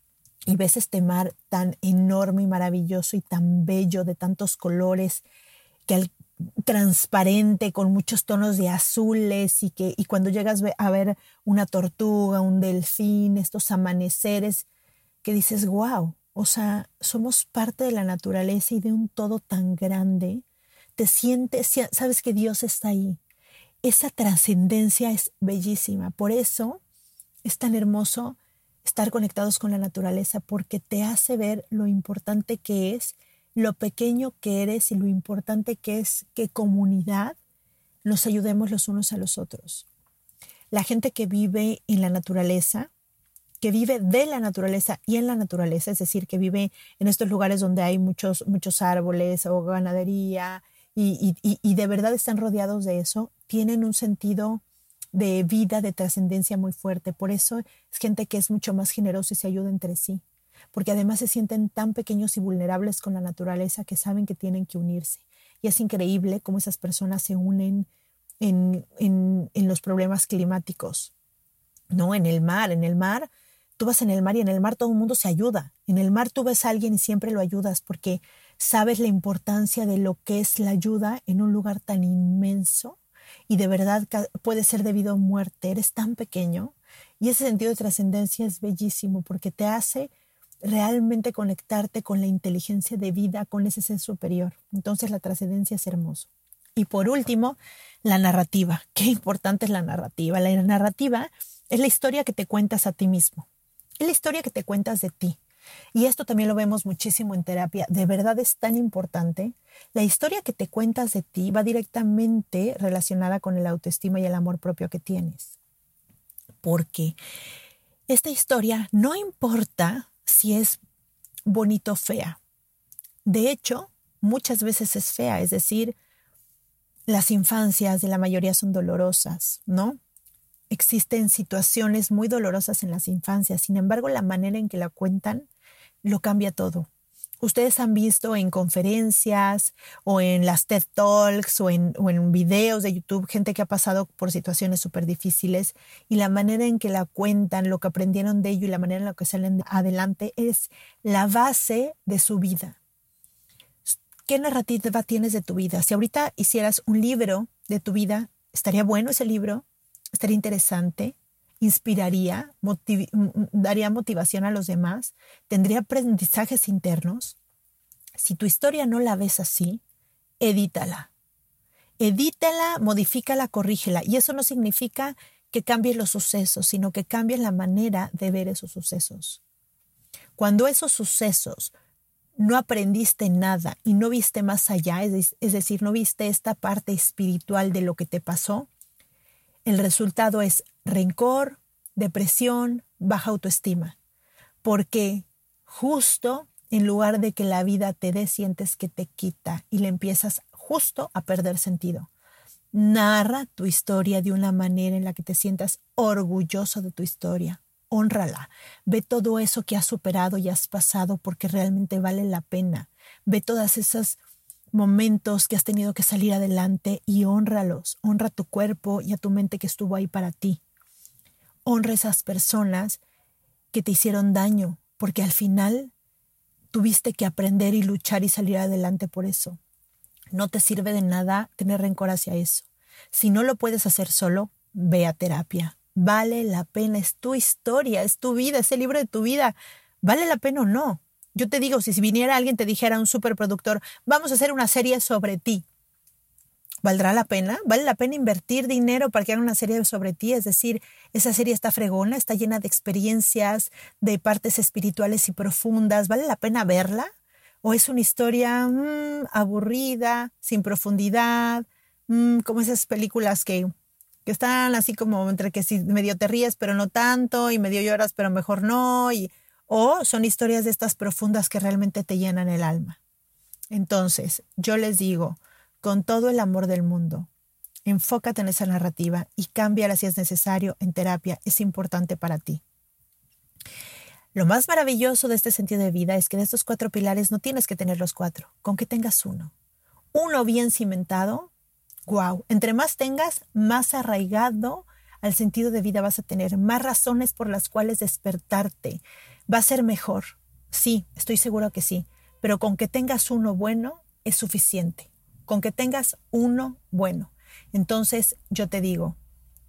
y ves este mar tan enorme y maravilloso y tan bello, de tantos colores, que al transparente, con muchos tonos de azules y que y cuando llegas a ver una tortuga, un delfín, estos amaneceres que dices, wow, o sea, somos parte de la naturaleza y de un todo tan grande. Te sientes, sabes que Dios está ahí. Esa trascendencia es bellísima. Por eso es tan hermoso estar conectados con la naturaleza, porque te hace ver lo importante que es, lo pequeño que eres y lo importante que es que comunidad nos ayudemos los unos a los otros. La gente que vive en la naturaleza, que vive de la naturaleza y en la naturaleza, es decir, que vive en estos lugares donde hay muchos, muchos árboles o ganadería y, y, y de verdad están rodeados de eso, tienen un sentido de vida, de trascendencia muy fuerte. Por eso es gente que es mucho más generosa y se ayuda entre sí. Porque además se sienten tan pequeños y vulnerables con la naturaleza que saben que tienen que unirse. Y es increíble cómo esas personas se unen en, en, en los problemas climáticos, ¿no? En el mar, en el mar, tú vas en el mar y en el mar todo el mundo se ayuda. En el mar tú ves a alguien y siempre lo ayudas porque sabes la importancia de lo que es la ayuda en un lugar tan inmenso y de verdad puede ser debido a muerte. Eres tan pequeño y ese sentido de trascendencia es bellísimo porque te hace realmente conectarte con la inteligencia de vida, con ese ser superior. Entonces la trascendencia es hermoso. Y por último, la narrativa. Qué importante es la narrativa. La narrativa es la historia que te cuentas a ti mismo. Es la historia que te cuentas de ti. Y esto también lo vemos muchísimo en terapia. De verdad es tan importante. La historia que te cuentas de ti va directamente relacionada con el autoestima y el amor propio que tienes. Porque esta historia no importa si es bonito o fea. De hecho, muchas veces es fea. Es decir, las infancias de la mayoría son dolorosas, ¿no? Existen situaciones muy dolorosas en las infancias. Sin embargo, la manera en que la cuentan lo cambia todo. Ustedes han visto en conferencias o en las TED Talks o en, o en videos de YouTube gente que ha pasado por situaciones súper difíciles y la manera en que la cuentan, lo que aprendieron de ello y la manera en la que salen adelante es la base de su vida. ¿Qué narrativa tienes de tu vida? Si ahorita hicieras un libro de tu vida, ¿estaría bueno ese libro? ¿Estaría interesante? ¿Inspiraría? Motiv- ¿Daría motivación a los demás? ¿Tendría aprendizajes internos? Si tu historia no la ves así, edítala. Edítala, modifícala, corrígela. Y eso no significa que cambies los sucesos, sino que cambies la manera de ver esos sucesos. Cuando esos sucesos no aprendiste nada y no viste más allá, es, es decir, no viste esta parte espiritual de lo que te pasó, el resultado es rencor, depresión, baja autoestima. Porque justo en lugar de que la vida te dé, sientes que te quita y le empiezas justo a perder sentido. Narra tu historia de una manera en la que te sientas orgulloso de tu historia. Hónrala. Ve todo eso que has superado y has pasado porque realmente vale la pena. Ve todos esos momentos que has tenido que salir adelante y hónralos. Honra a tu cuerpo y a tu mente que estuvo ahí para ti. Honra a esas personas que te hicieron daño porque al final tuviste que aprender y luchar y salir adelante por eso. No te sirve de nada tener rencor hacia eso. Si no lo puedes hacer solo, ve a terapia. Vale la pena, es tu historia, es tu vida, es el libro de tu vida. ¿Vale la pena o no? Yo te digo, si, si viniera alguien, te dijera un superproductor, vamos a hacer una serie sobre ti. ¿Valdrá la pena? ¿Vale la pena invertir dinero para que hagan una serie sobre ti? Es decir, esa serie está fregona, está llena de experiencias, de partes espirituales y profundas. ¿Vale la pena verla? ¿O es una historia mmm, aburrida, sin profundidad, mmm, como esas películas que, que están así como entre que si medio te ríes pero no tanto y medio lloras pero mejor no? Y, o son historias de estas profundas que realmente te llenan el alma. Entonces, yo les digo, con todo el amor del mundo, enfócate en esa narrativa y cámbiala si es necesario en terapia, es importante para ti. Lo más maravilloso de este sentido de vida es que de estos cuatro pilares no tienes que tener los cuatro, con que tengas uno. Uno bien cimentado, wow, entre más tengas, más arraigado al sentido de vida vas a tener, más razones por las cuales despertarte. Va a ser mejor, sí, estoy seguro que sí, pero con que tengas uno bueno es suficiente, con que tengas uno bueno. Entonces yo te digo,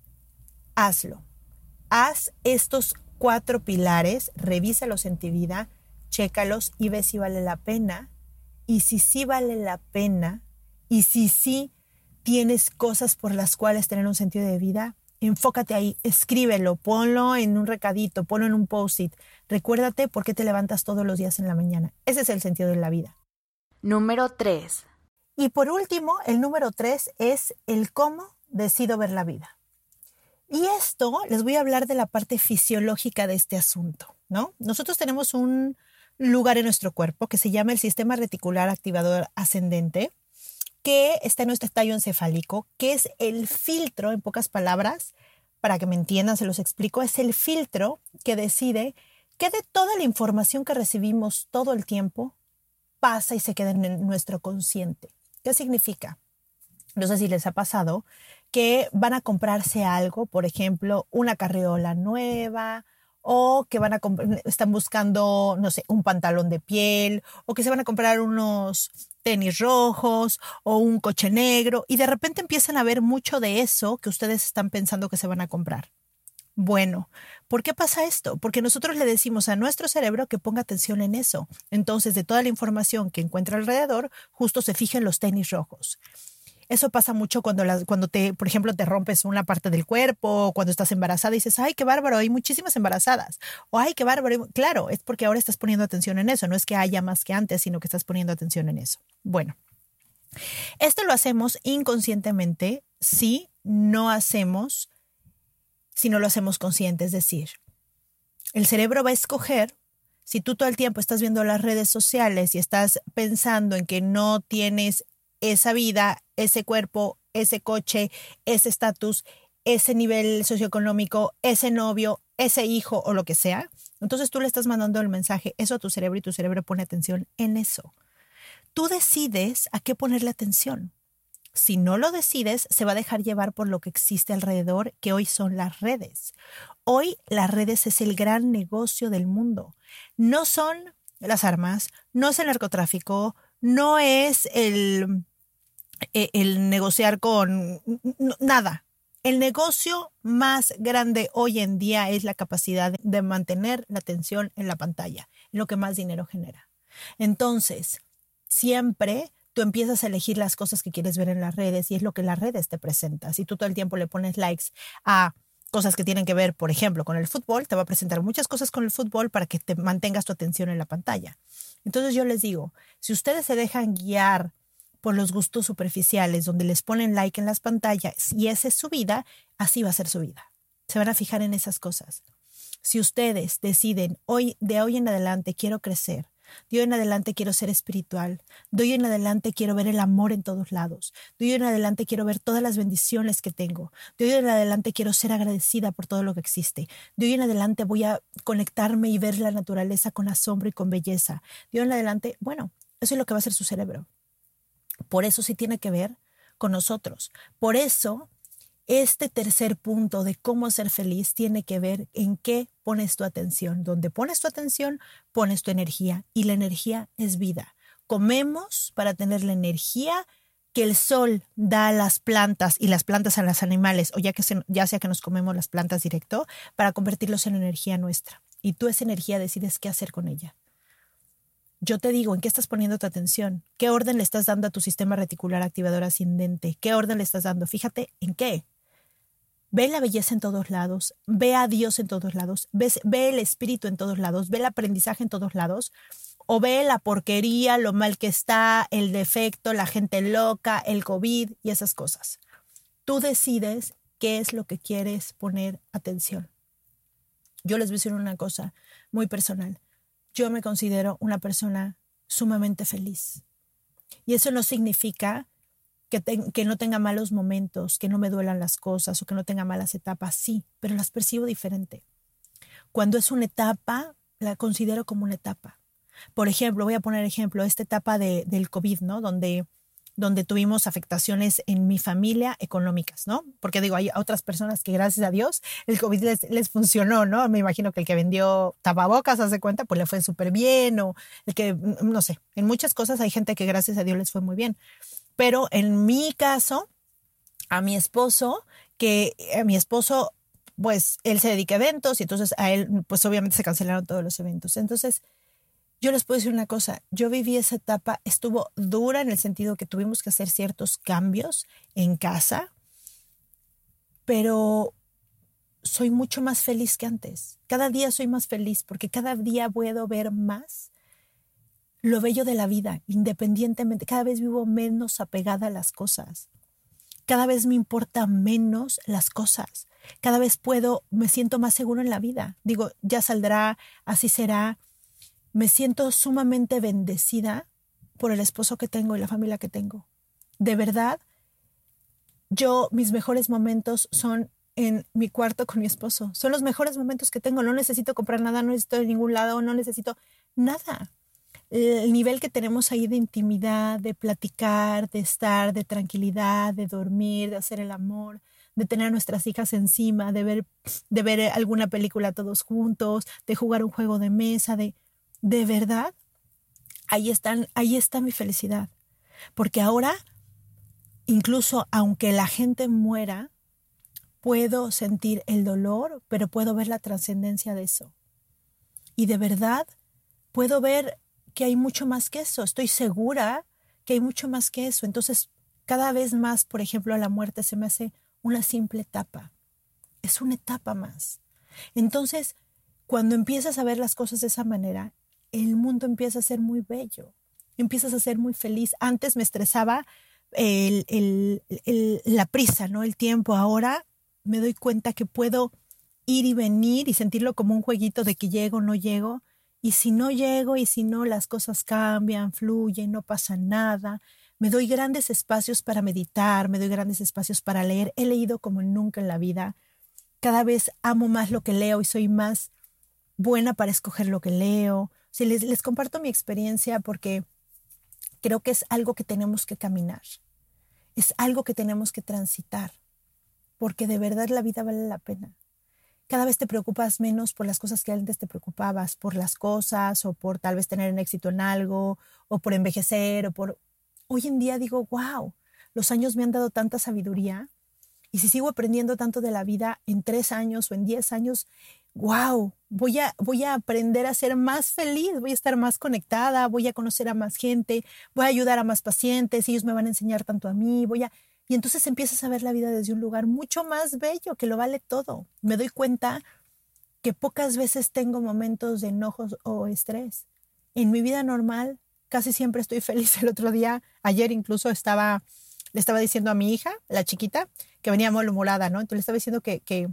hazlo, haz estos cuatro pilares, revísalos en tu vida, chécalos y ve si vale la pena. Y si sí vale la pena, y si sí tienes cosas por las cuales tener un sentido de vida, enfócate ahí, escríbelo, ponlo en un recadito, ponlo en un post-it. Recuérdate por qué te levantas todos los días en la mañana. Ese es el sentido de la vida. Número tres. Y por último, el número tres es el cómo decido ver la vida. Y esto les voy a hablar de la parte fisiológica de este asunto, ¿no? Nosotros tenemos un lugar en nuestro cuerpo que se llama el sistema reticular activador ascendente, que está en nuestro tallo encefálico, que es el filtro, en pocas palabras, para que me entiendan, se los explico, es el filtro que decide que de toda la información que recibimos todo el tiempo pasa y se queda en nuestro consciente. ¿Qué significa? No sé si les ha pasado que van a comprarse algo, por ejemplo, una carriola nueva, o que van a comp- están buscando, no sé, un pantalón de piel, o que se van a comprar unos tenis rojos o un coche negro, y de repente empiezan a ver mucho de eso que ustedes están pensando que se van a comprar. Bueno, ¿por qué pasa esto? Porque nosotros le decimos a nuestro cerebro que ponga atención en eso. Entonces, de toda la información que encuentra alrededor, justo se fija en los tenis rojos. Eso pasa mucho cuando, las, cuando te, por ejemplo, te rompes una parte del cuerpo, o cuando estás embarazada y dices, ay, qué bárbaro, hay muchísimas embarazadas. O ay, qué bárbaro. Claro, es porque ahora estás poniendo atención en eso. No es que haya más que antes, sino que estás poniendo atención en eso. Bueno, esto lo hacemos inconscientemente si no hacemos, si no lo hacemos consciente. Es decir, el cerebro va a escoger, si tú todo el tiempo estás viendo las redes sociales y estás pensando en que no tienes esa vida, ese cuerpo, ese coche, ese estatus, ese nivel socioeconómico, ese novio, ese hijo o lo que sea, entonces tú le estás mandando el mensaje, eso a tu cerebro y tu cerebro pone atención en eso. Tú decides a qué ponerle atención. Si no lo decides, se va a dejar llevar por lo que existe alrededor, que hoy son las redes. Hoy las redes es el gran negocio del mundo. No son las armas, no es el narcotráfico, no es el, el negociar con nada. El negocio más grande hoy en día es la capacidad de mantener la atención en la pantalla, lo que más dinero genera. Entonces, siempre tú empiezas a elegir las cosas que quieres ver en las redes y es lo que las redes te presentan. Si tú todo el tiempo le pones likes a cosas que tienen que ver, por ejemplo, con el fútbol, te va a presentar muchas cosas con el fútbol para que te mantengas tu atención en la pantalla. Entonces yo les digo, si ustedes se dejan guiar por los gustos superficiales, donde les ponen like en las pantallas y esa es su vida, así va a ser su vida. Se van a fijar en esas cosas. Si ustedes deciden, hoy, de hoy en adelante quiero crecer, de hoy en adelante quiero ser espiritual, de hoy en adelante quiero ver el amor en todos lados, de hoy en adelante quiero ver todas las bendiciones que tengo, de hoy en adelante quiero ser agradecida por todo lo que existe, de hoy en adelante voy a conectarme y ver la naturaleza con asombro y con belleza, de hoy en adelante, bueno, eso es lo que va a hacer su cerebro. Por eso sí tiene que ver con nosotros. Por eso este tercer punto de cómo ser feliz tiene que ver en qué pones tu atención. Donde pones tu atención, pones tu energía. Y la energía es vida. Comemos para tener la energía que el sol da a las plantas y las plantas a los animales, o ya, que se, ya sea que nos comemos las plantas directo, para convertirlos en energía nuestra. Y tú esa energía decides qué hacer con ella. Yo te digo, ¿en qué estás poniendo tu atención? ¿Qué orden le estás dando a tu sistema reticular activador ascendente? ¿Qué orden le estás dando? Fíjate en qué. Ve la belleza en todos lados, ve a Dios en todos lados, ve, ve el espíritu en todos lados, ve el aprendizaje en todos lados, o ve la porquería, lo mal que está, el defecto, la gente loca, el COVID y esas cosas. Tú decides qué es lo que quieres poner atención. Yo les voy a decir una cosa muy personal. Yo me considero una persona sumamente feliz. Y eso no significa Que, te, que no tenga malos momentos, que no me duelan las cosas o que no tenga malas etapas, sí, pero las percibo diferente. Cuando es una etapa, la considero como una etapa. Por ejemplo, voy a poner ejemplo, esta etapa de, del COVID, ¿no? Donde, donde tuvimos afectaciones en mi familia económicas, ¿no? Porque digo, hay otras personas que gracias a Dios el COVID les, les funcionó, ¿no? Me imagino que el que vendió tapabocas, hace cuenta, pues le fue súper bien, o el que, no sé, en muchas cosas hay gente que gracias a Dios les fue muy bien. Pero en mi caso, a mi esposo, que a mi esposo, pues él se dedica a eventos y entonces a él, pues obviamente se cancelaron todos los eventos. Entonces, yo les puedo decir una cosa, yo viví esa etapa, estuvo dura en el sentido que tuvimos que hacer ciertos cambios en casa, pero soy mucho más feliz que antes. Cada día soy más feliz porque cada día puedo ver más lo bello de la vida, independientemente. Cada vez vivo menos apegada a las cosas. Cada vez me importan menos las cosas. Cada vez puedo, me siento más seguro en la vida. Digo, ya saldrá, así será. Me siento sumamente bendecida por el esposo que tengo y la familia que tengo. De verdad, yo, mis mejores momentos son en mi cuarto con mi esposo. Son los mejores momentos que tengo. No necesito comprar nada, no necesito de ningún lado, no necesito nada. El nivel que tenemos ahí de intimidad, de platicar, de estar, de tranquilidad, de dormir, de hacer el amor, de tener a nuestras hijas encima, de ver, de ver alguna película todos juntos, de jugar un juego de mesa, de, de verdad, ahí están, ahí está mi felicidad. Porque ahora, incluso aunque la gente muera, puedo sentir el dolor, pero puedo ver la trascendencia de eso. Y de verdad, puedo ver que hay mucho más que eso. Estoy segura que hay mucho más que eso. Entonces, cada vez más, por ejemplo, la muerte se me hace una simple etapa. Es una etapa más. Entonces, cuando empiezas a ver las cosas de esa manera, el mundo empieza a ser muy bello. Empiezas a ser muy feliz. Antes me estresaba el, el, el, la prisa, ¿no? El tiempo. Ahora me doy cuenta que puedo ir y venir y sentirlo como un jueguito de que llego o no llego. Y si no llego y si no, las cosas cambian, fluyen, no pasa nada. Me doy grandes espacios para meditar, me doy grandes espacios para leer. He leído como nunca en la vida. Cada vez amo más lo que leo y soy más buena para escoger lo que leo. O sea, les, les comparto mi experiencia porque creo que es algo que tenemos que caminar. Es algo que tenemos que transitar. Porque de verdad la vida vale la pena. Cada vez te preocupas menos por las cosas que antes te preocupabas, por las cosas o por tal vez tener un éxito en algo o por envejecer o por... Hoy en día digo, wow, los años me han dado tanta sabiduría Y si sigo aprendiendo tanto de la vida en tres años o en diez años, wow, voy a, voy a aprender a ser más feliz, voy a estar más conectada, voy a conocer a más gente, voy a ayudar a más pacientes, ellos me van a enseñar tanto a mí, voy a... Y entonces empiezas a ver la vida desde un lugar mucho más bello, que lo vale todo. Me doy cuenta que pocas veces tengo momentos de enojos o estrés. En mi vida normal casi siempre estoy feliz. El otro día, ayer incluso estaba, le estaba diciendo a mi hija, la chiquita, que venía malhumorada, ¿no? Entonces le estaba diciendo que, que,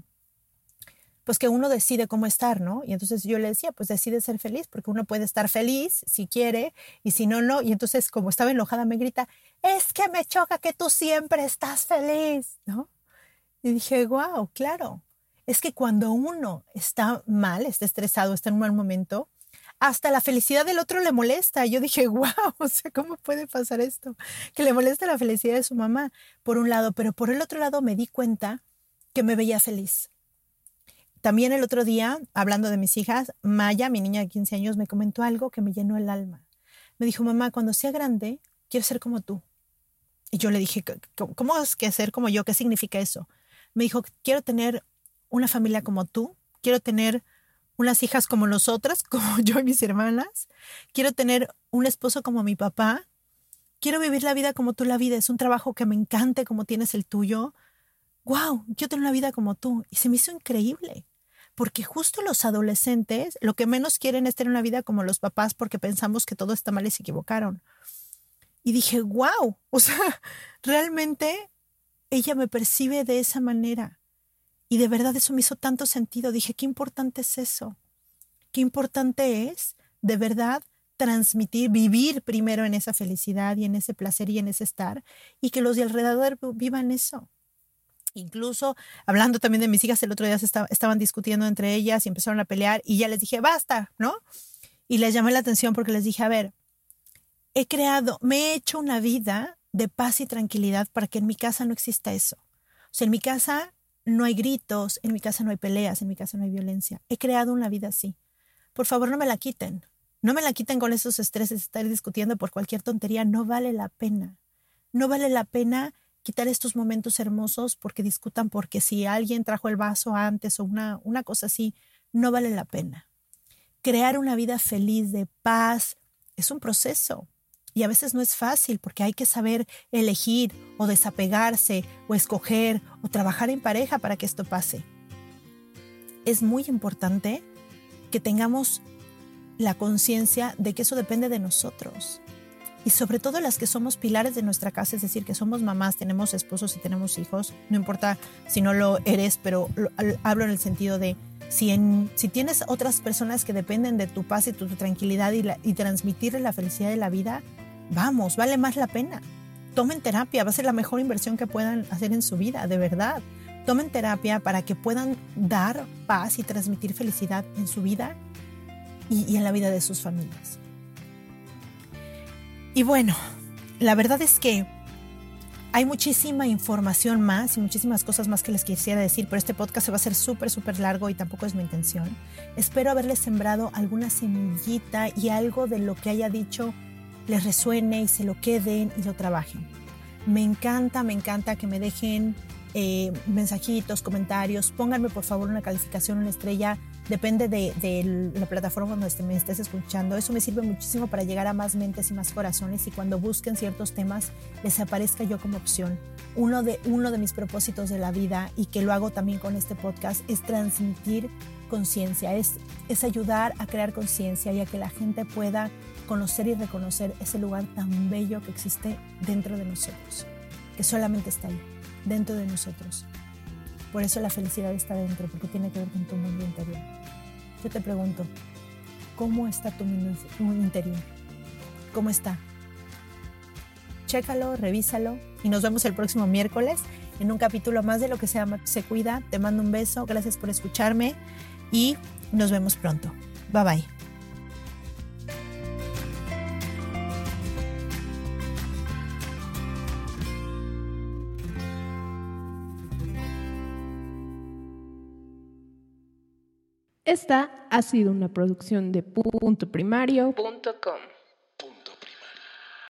pues que uno decide cómo estar, ¿no? Y entonces yo le decía, pues decide ser feliz, porque uno puede estar feliz si quiere, y si no, no. Y entonces, como estaba enojada, me grita, es que me choca que tú siempre estás feliz, ¿no? Y dije, wow, claro. Es que cuando uno está mal, está estresado, está en un mal momento, hasta la felicidad del otro le molesta. Y yo dije, wow, o sea, ¿cómo puede pasar esto? Que le molesta la felicidad de su mamá, por un lado, pero por el otro lado me di cuenta que me veía feliz. También el otro día, hablando de mis hijas, Maya, mi niña de quince años, me comentó algo que me llenó el alma. Me dijo, mamá, cuando sea grande, quiero ser como tú. Y yo le dije, ¿cómo es que ser como yo? ¿Qué significa eso? Me dijo, quiero tener una familia como tú, quiero tener unas hijas como nosotras, como yo y mis hermanas, quiero tener un esposo como mi papá, quiero vivir la vida como tú la vives, un trabajo que me encante como tienes el tuyo. ¡Wow! Quiero tener una vida como tú. Y se me hizo increíble, porque justo los adolescentes lo que menos quieren es tener una vida como los papás porque pensamos que todo está mal y se equivocaron. Y dije, ¡wow! O sea, realmente ella me percibe de esa manera. Y de verdad eso me hizo tanto sentido. Dije, qué importante es eso. Qué importante es, de verdad, transmitir, vivir primero en esa felicidad y en ese placer y en ese estar, y que los de alrededor vivan eso. Incluso, hablando también de mis hijas, el otro día se estaba, estaban discutiendo entre ellas y empezaron a pelear, y ya les dije, basta, ¿no? Y les llamé la atención porque les dije, a ver, he creado, me he hecho una vida de paz y tranquilidad para que en mi casa no exista eso. O sea, en mi casa no hay gritos, en mi casa no hay peleas, en mi casa no hay violencia. He creado una vida así. Por favor, no me la quiten. No me la quiten con esos estreses, estar discutiendo por cualquier tontería. No vale la pena. No vale la pena quitar estos momentos hermosos porque discutan porque si alguien trajo el vaso antes o una, una cosa así, no vale la pena. Crear una vida feliz, de paz, es un proceso. Y a veces no es fácil porque hay que saber elegir o desapegarse o escoger o trabajar en pareja para que esto pase. Es muy importante que tengamos la conciencia de que eso depende de nosotros. Y sobre todo las que somos pilares de nuestra casa, es decir, que somos mamás, tenemos esposos y tenemos hijos. No importa si no lo eres, pero lo, hablo en el sentido de si, en, si tienes otras personas que dependen de tu paz y tu, tu tranquilidad y, la, y transmitirles la felicidad de la vida, vamos, vale más la pena. Tomen terapia, va a ser la mejor inversión que puedan hacer en su vida, de verdad. Tomen terapia para que puedan dar paz y transmitir felicidad en su vida y, y en la vida de sus familias. Y bueno, la verdad es que hay muchísima información más y muchísimas cosas más que les quisiera decir, pero este podcast se va a hacer súper, súper largo y tampoco es mi intención. Espero haberles sembrado alguna semillita y algo de lo que haya dicho les resuene y se lo queden y lo trabajen. Me encanta, me encanta que me dejen eh, mensajitos, comentarios. Pónganme por favor una calificación, una estrella. Depende de, de la plataforma donde me estés escuchando. Eso me sirve muchísimo para llegar a más mentes y más corazones y cuando busquen ciertos temas les aparezca yo como opción. Uno de, uno de mis propósitos de la vida y que lo hago también con este podcast es transmitir conciencia, es, es ayudar a crear conciencia y a que la gente pueda conocer y reconocer ese lugar tan bello que existe dentro de nosotros, que solamente está ahí, dentro de nosotros. Por eso la felicidad está dentro, porque tiene que ver con tu mundo interior. Yo te pregunto, ¿cómo está tu mundo interior? ¿Cómo está? Chécalo, revísalo y nos vemos el próximo miércoles en un capítulo más de Lo que se llama Se Cuida. Te mando un beso, gracias por escucharme y nos vemos pronto. Bye bye. Esta ha sido una producción de punto primario punto com.